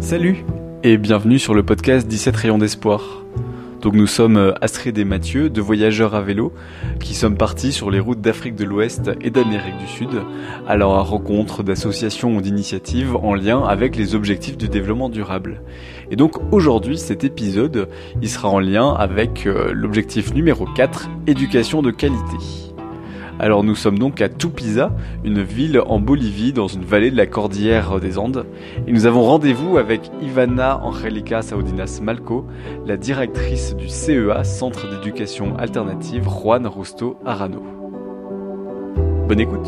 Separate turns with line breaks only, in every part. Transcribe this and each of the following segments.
Salut et bienvenue sur le podcast 17 rayons d'espoir. Donc nous sommes Astrid et Mathieu, deux voyageurs à vélo qui sommes partis sur les routes d'Afrique de l'Ouest et d'Amérique du Sud à la rencontre d'associations ou d'initiatives en lien avec les objectifs du développement durable. Et donc aujourd'hui cet épisode il sera en lien avec l'objectif numéro 4, éducation de qualité. Alors nous sommes donc à Tupiza, une ville en Bolivie dans une vallée de la cordillère des Andes. Et nous avons rendez-vous avec Ivana Angélica Saudinas Malco, la directrice du CEA, Centre d'éducation alternative Juan Justo Arano. Bonne écoute.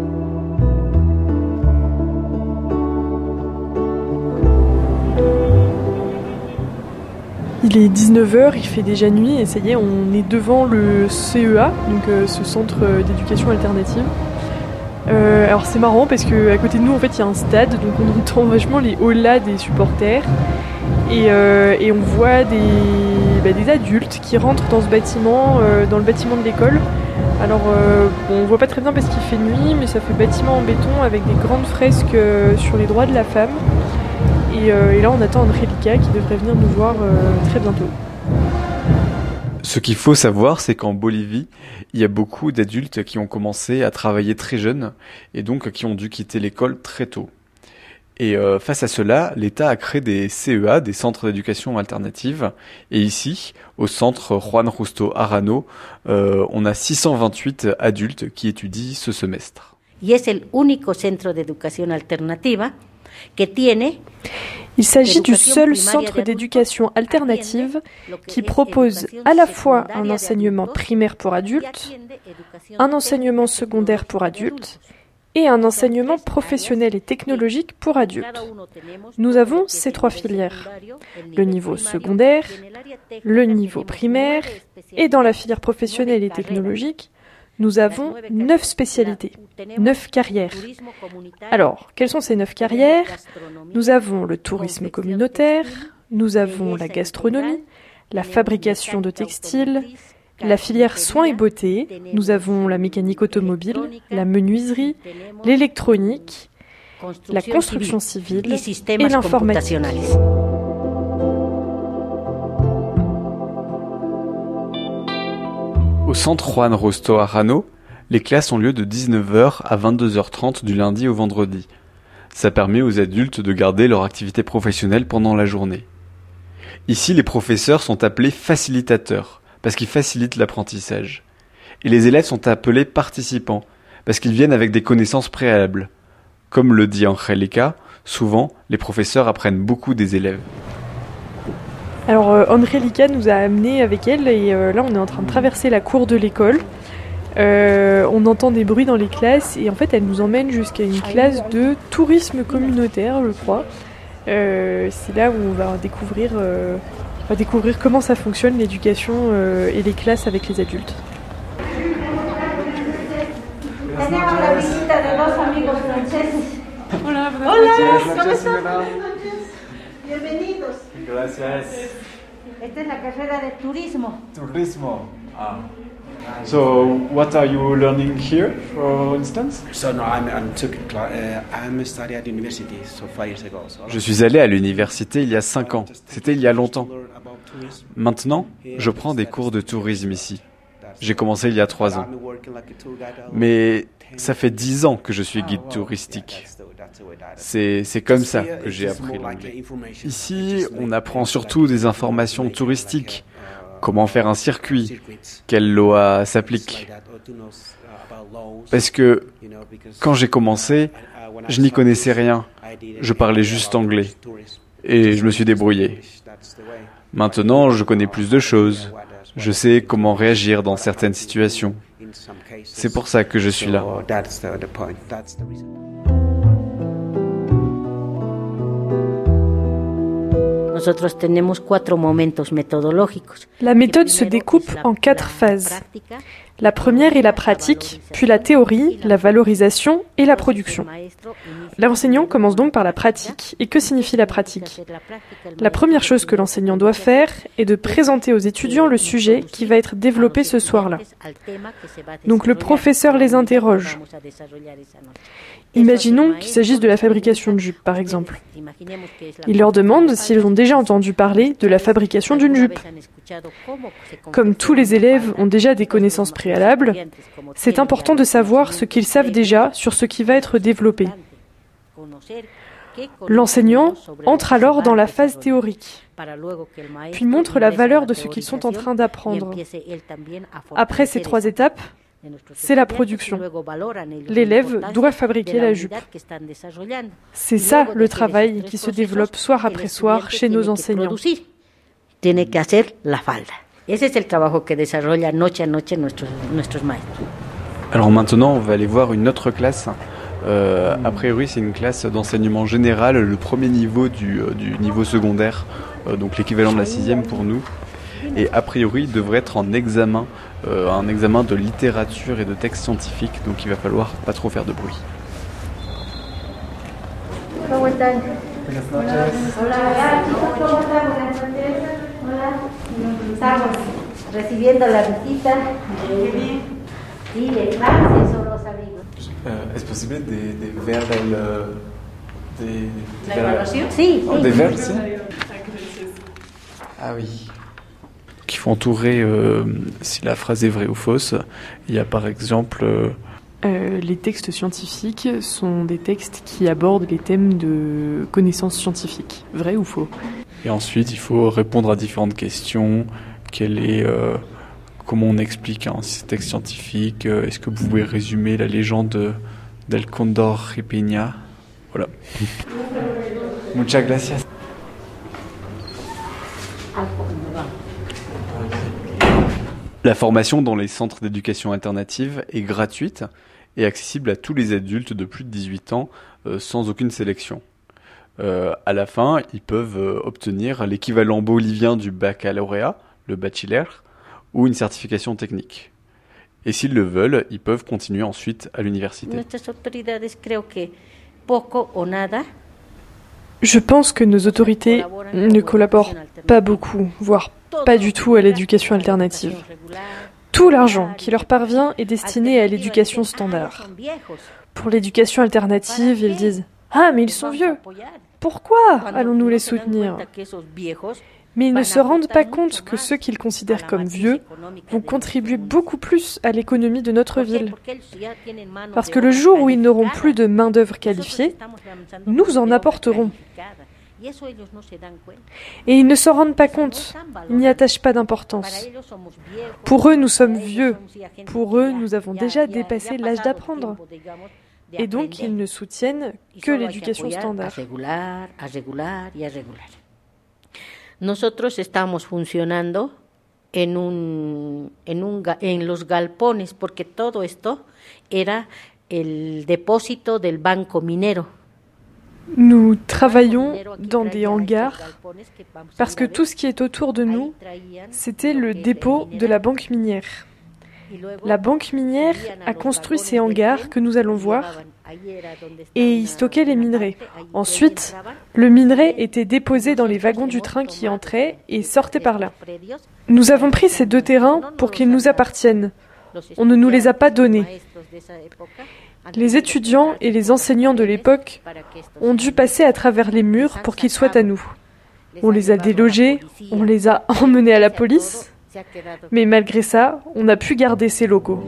Il est 19h, il fait déjà nuit et ça y est, on est devant le CEA, donc ce centre d'éducation alternative. Alors c'est marrant parce qu'à côté de nous en fait il y a un stade, donc on entend vachement les holas des supporters et on voit des adultes qui rentrent dans ce bâtiment, dans le bâtiment de l'école. Alors on voit pas très bien parce qu'il fait nuit, mais ça fait bâtiment en béton avec des grandes fresques sur les droits de la femme. Et là, on attend Angélica qui devrait venir nous voir très bientôt.
Ce qu'il faut savoir, c'est qu'en Bolivie, il y a beaucoup d'adultes qui ont commencé à travailler très jeunes et donc qui ont dû quitter l'école très tôt. Et face à cela, l'État a créé des CEA, des centres d'éducation alternative. Et ici, au centre Juan Justo Arano, on a 628 adultes qui étudient ce semestre.
Y es el único centro de educación alternativa.
Il s'agit du seul centre d'éducation alternative qui propose à la fois un enseignement primaire pour adultes, un enseignement secondaire pour adultes et un enseignement professionnel et technologique pour adultes. Nous avons ces trois filières, le niveau secondaire, le niveau primaire et dans la filière professionnelle et technologique, nous avons 9 spécialités, 9 carrières. Alors, quelles sont ces 9 carrières ? Nous avons le tourisme communautaire, nous avons la gastronomie, la fabrication de textiles, la filière soins et beauté, nous avons la mécanique automobile, la menuiserie, l'électronique, la construction civile et l'informatique.
Au centre Juan Justo Arano, les classes ont lieu de 19h à 22h30 du lundi au vendredi. Ça permet aux adultes de garder leur activité professionnelle pendant la journée. Ici, les professeurs sont appelés facilitateurs, parce qu'ils facilitent l'apprentissage. Et les élèves sont appelés participants, parce qu'ils viennent avec des connaissances préalables. Comme le dit Angélica, souvent, les professeurs apprennent beaucoup des élèves.
Alors Angélica nous a amenés avec elle et là on est en train de traverser la cour de l'école. On entend des bruits dans les classes et en fait elle nous emmène jusqu'à une classe de tourisme communautaire, je crois. C'est là où on va découvrir comment ça fonctionne l'éducation et les classes avec les adultes.
Hola, ¿cómo están? Bienvenidos.
Gracias.
Esta es la carrera de turismo.
Turismo. Ah. So, what are you learning here, for instance? Je suis allé à l'université il y a 5 ans. C'était il y a longtemps. Maintenant, je prends des cours de tourisme ici. J'ai commencé il y a 3 ans. Mais ça fait 10 ans que je suis guide touristique. C'est comme ça que j'ai appris l'anglais. Ici, on apprend surtout des informations touristiques. Comment faire un circuit, quelles lois s'appliquent. Parce que quand j'ai commencé, je n'y connaissais rien. Je parlais juste anglais. Et je me suis débrouillé. Maintenant, je connais plus de choses. Je sais comment réagir dans certaines situations. C'est pour ça que je suis là.
La méthode se découpe en 4 phases. La première est la pratique, puis la théorie, la valorisation et la production. L'enseignant commence donc par la pratique. Et que signifie la pratique? La première chose que l'enseignant doit faire est de présenter aux étudiants le sujet qui va être développé ce soir-là. Donc le professeur les interroge. Imaginons qu'il s'agisse de la fabrication de jupes, par exemple. Il leur demande s'ils ont déjà entendu parler de la fabrication d'une jupe. Comme tous les élèves ont déjà des connaissances préalables, c'est important de savoir ce qu'ils savent déjà sur ce qui va être développé. L'enseignant entre alors dans la phase théorique, puis montre la valeur de ce qu'ils sont en train d'apprendre. Après ces 3 étapes, c'est la production. L'élève doit fabriquer la jupe. C'est ça le travail qui se développe soir après soir chez nos enseignants.
Tiene que hacer la falda. Ese es el trabajo que desarrolla noche a noche nuestros maestros.
Alors maintenant, on va aller voir une autre classe. A priori, c'est une classe d'enseignement général, le premier niveau du niveau secondaire, donc l'équivalent de la 6e pour nous. Et a priori, il devrait être en examen, un examen de littérature et de texte scientifique, donc il va falloir pas trop faire de bruit.
Estamos recibiendo la visita de Francia y son los amigos.
Est-ce possible des vers
¿La evaluación? Sí,
oh, des vers aussi? Ah oui. Qui faut entourer si la phrase est vraie ou fausse. Il y a par exemple...
Les textes scientifiques sont des textes qui abordent les thèmes de connaissances scientifiques, vrai ou faux.
Et ensuite, il faut répondre à différentes questions. Comment on explique un texte scientifique? Est-ce que vous pouvez résumer la légende del Cóndor Ripiña? Voilà. Muchas gracias. La formation dans les centres d'éducation alternative est gratuite et accessible à tous les adultes de plus de 18 ans sans aucune sélection. À la fin, ils peuvent obtenir l'équivalent bolivien du baccalauréat, le bachiller, ou une certification technique. Et s'ils le veulent, ils peuvent continuer ensuite à l'université.
Je pense que nos autorités ne collaborent pas beaucoup, voire pas du tout à l'éducation alternative. Tout l'argent qui leur parvient est destiné à l'éducation standard. Pour l'éducation alternative, ils disent « Ah, mais ils sont vieux. Pourquoi allons-nous les soutenir ?» Mais ils ne se rendent pas compte que ceux qu'ils considèrent comme vieux vont contribuer beaucoup plus à l'économie de notre ville. Parce que le jour où ils n'auront plus de main-d'œuvre qualifiée, nous en apporterons. Et ils ne s'en rendent pas compte, ils n'y attachent pas d'importance. Pour eux, nous sommes vieux. Pour eux, nous avons déjà dépassé l'âge d'apprendre. Et donc, ils ne soutiennent que l'éducation standard.
Nosotros estamos funcionando en los galpones, porque todo esto era el depósito del banco minero.
Nous travaillons dans des hangars parce que tout ce qui est autour de nous, c'était le dépôt de la banque minière. La banque minière a construit ces hangars que nous allons voir et y stockait les minerais. Ensuite, le minerai était déposé dans les wagons du train qui entraient et sortaient par là. Nous avons pris ces 2 terrains pour qu'ils nous appartiennent. On ne nous les a pas donnés. Les étudiants et les enseignants de l'époque ont dû passer à travers les murs pour qu'ils soient à nous. On les a délogés, on les a emmenés à la police, mais malgré ça, on a pu garder ces locaux.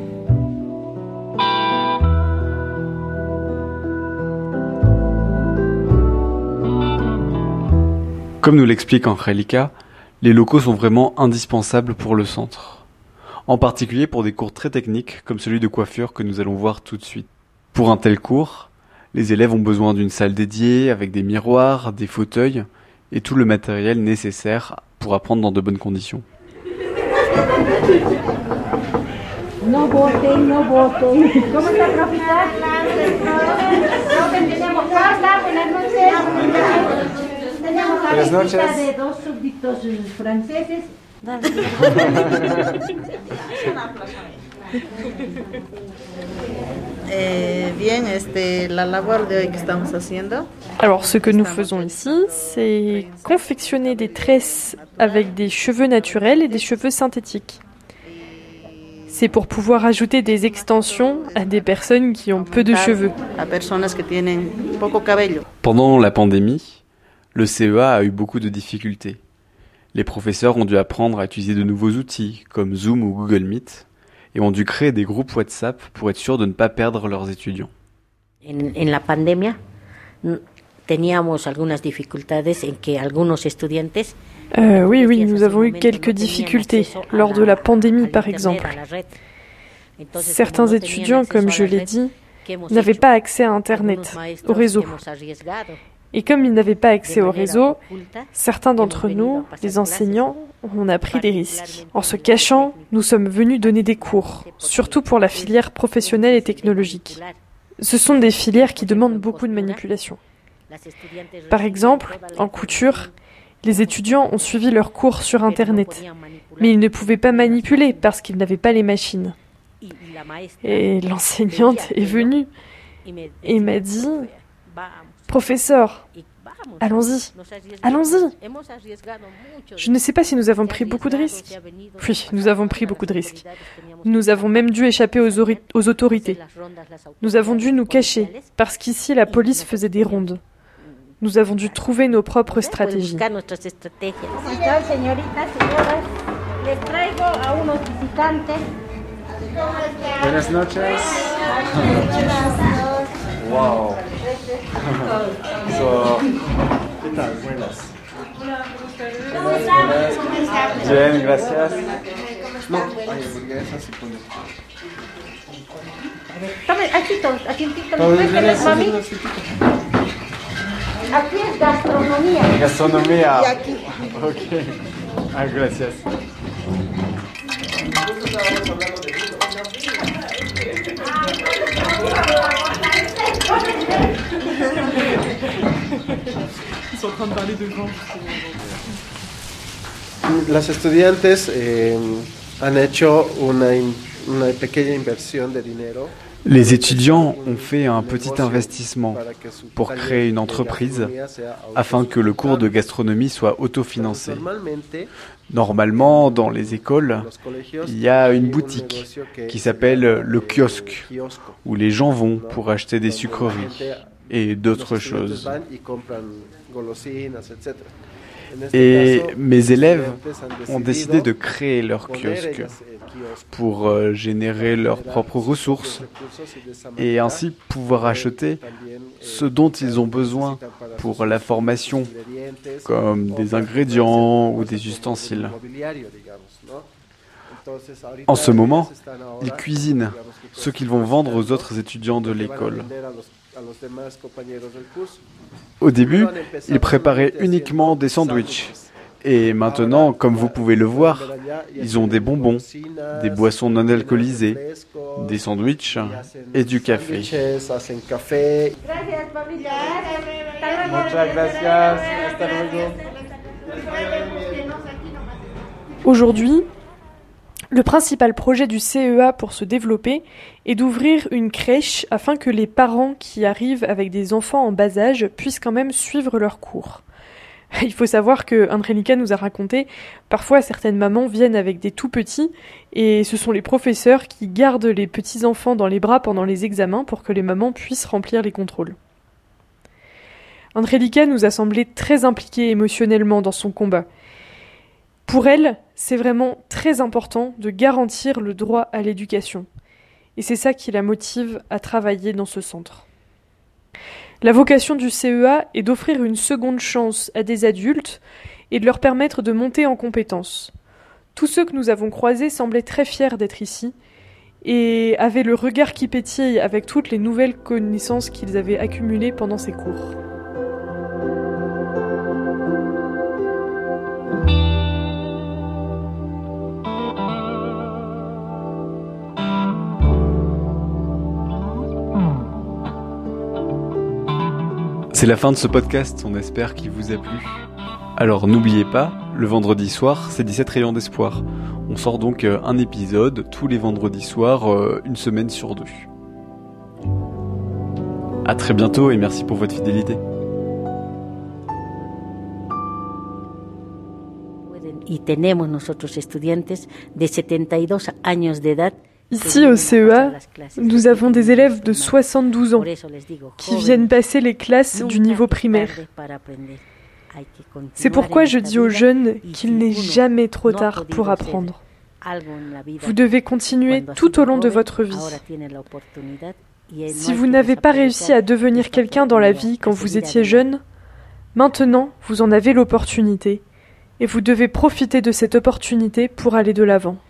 Comme nous l'explique Angélica, les locaux sont vraiment indispensables pour le centre. En particulier pour des cours très techniques comme celui de coiffure que nous allons voir tout de suite. Pour un tel cours, les élèves ont besoin d'une salle dédiée avec des miroirs, des fauteuils et tout le matériel nécessaire pour apprendre dans de bonnes conditions.
No voten, no voten. ¿Cómo está, profesor? Tenemos casa, buenas noches. Tenemos la visita de 2 súbditos franceses.
Alors, ce que nous faisons ici, c'est confectionner des tresses avec des cheveux naturels et des cheveux synthétiques. C'est pour pouvoir ajouter des extensions à des personnes qui ont peu de cheveux.
Pendant la pandémie, le CEA a eu beaucoup de difficultés. Les professeurs ont dû apprendre à utiliser de nouveaux outils, comme Zoom ou Google Meet, et ont dû créer des groupes WhatsApp pour être sûrs de ne pas perdre leurs étudiants.
En la pandemia teníamos algunas dificultades en que algunos estudiantes
oui, nous avons eu quelques difficultés lors de la pandémie, par exemple. Certains étudiants, comme je l'ai dit, n'avaient pas accès à Internet, au réseau. Et comme ils n'avaient pas accès au réseau, certains d'entre nous, les enseignants, on a pris des risques. En se cachant, nous sommes venus donner des cours, surtout pour la filière professionnelle et technologique. Ce sont des filières qui demandent beaucoup de manipulation. Par exemple, en couture, les étudiants ont suivi leurs cours sur Internet, mais ils ne pouvaient pas manipuler parce qu'ils n'avaient pas les machines. Et l'enseignante est venue et m'a dit « Professeur, allons-y, allons-y !» Je ne sais pas si nous avons pris beaucoup de risques. Oui, nous avons pris beaucoup de risques. Nous avons même dû échapper aux autorités. Nous avons dû nous cacher, parce qu'ici la police faisait des rondes. Nous avons dû trouver nos propres stratégies.
Buenas noches. Wow. ¿Qué tal? Buenas. Bien, gracias. No, hay hamburguesas y pollo.
Aquí es gastronomía.
Gastronomía.
Y aquí.
Ok. Ah, gracias.
Ils sont en train de parler de vent.
Las estudiantes han hecho una pequeña inversión de dinero.
Les étudiants ont fait un petit investissement pour créer une entreprise afin que le cours de gastronomie soit autofinancé. Normalement, dans les écoles, il y a une boutique qui s'appelle le kiosque, où les gens vont pour acheter des sucreries et d'autres choses. Et mes élèves ont décidé de créer leur kiosque pour générer leurs propres ressources et ainsi pouvoir acheter ce dont ils ont besoin pour la formation, comme des ingrédients ou des ustensiles. En ce moment, ils cuisinent ce qu'ils vont vendre aux autres étudiants de l'école. Au début, ils préparaient uniquement des sandwichs. Et maintenant, comme vous pouvez le voir, ils ont des bonbons, des boissons non alcoolisées, des sandwichs et du café.
Aujourd'hui, le principal projet du CEA pour se développer est d'ouvrir une crèche afin que les parents qui arrivent avec des enfants en bas âge puissent quand même suivre leurs cours. Il faut savoir que Angelica nous a raconté, parfois certaines mamans viennent avec des tout petits et ce sont les professeurs qui gardent les petits enfants dans les bras pendant les examens pour que les mamans puissent remplir les contrôles. Angelica nous a semblé très impliquée émotionnellement dans son combat. Pour elle, c'est vraiment très important de garantir le droit à l'éducation. Et c'est ça qui la motive à travailler dans ce centre. La vocation du CEA est d'offrir une seconde chance à des adultes et de leur permettre de monter en compétences. Tous ceux que nous avons croisés semblaient très fiers d'être ici et avaient le regard qui pétille avec toutes les nouvelles connaissances qu'ils avaient accumulées pendant ces cours.
C'est la fin de ce podcast, on espère qu'il vous a plu. Alors n'oubliez pas, Le vendredi soir, c'est 17 rayons d'espoir. On sort donc un épisode tous les vendredis soirs, une semaine sur 2. À très bientôt et merci pour votre fidélité.
Y tenemos nosotros estudiantes de 72 años de edad.
Ici au CEA, nous avons des élèves de 72 ans qui viennent passer les classes du niveau primaire. C'est pourquoi je dis aux jeunes qu'il n'est jamais trop tard pour apprendre. Vous devez continuer tout au long de votre vie. Si vous n'avez pas réussi à devenir quelqu'un dans la vie quand vous étiez jeune, maintenant vous en avez l'opportunité et vous devez profiter de cette opportunité pour aller de l'avant.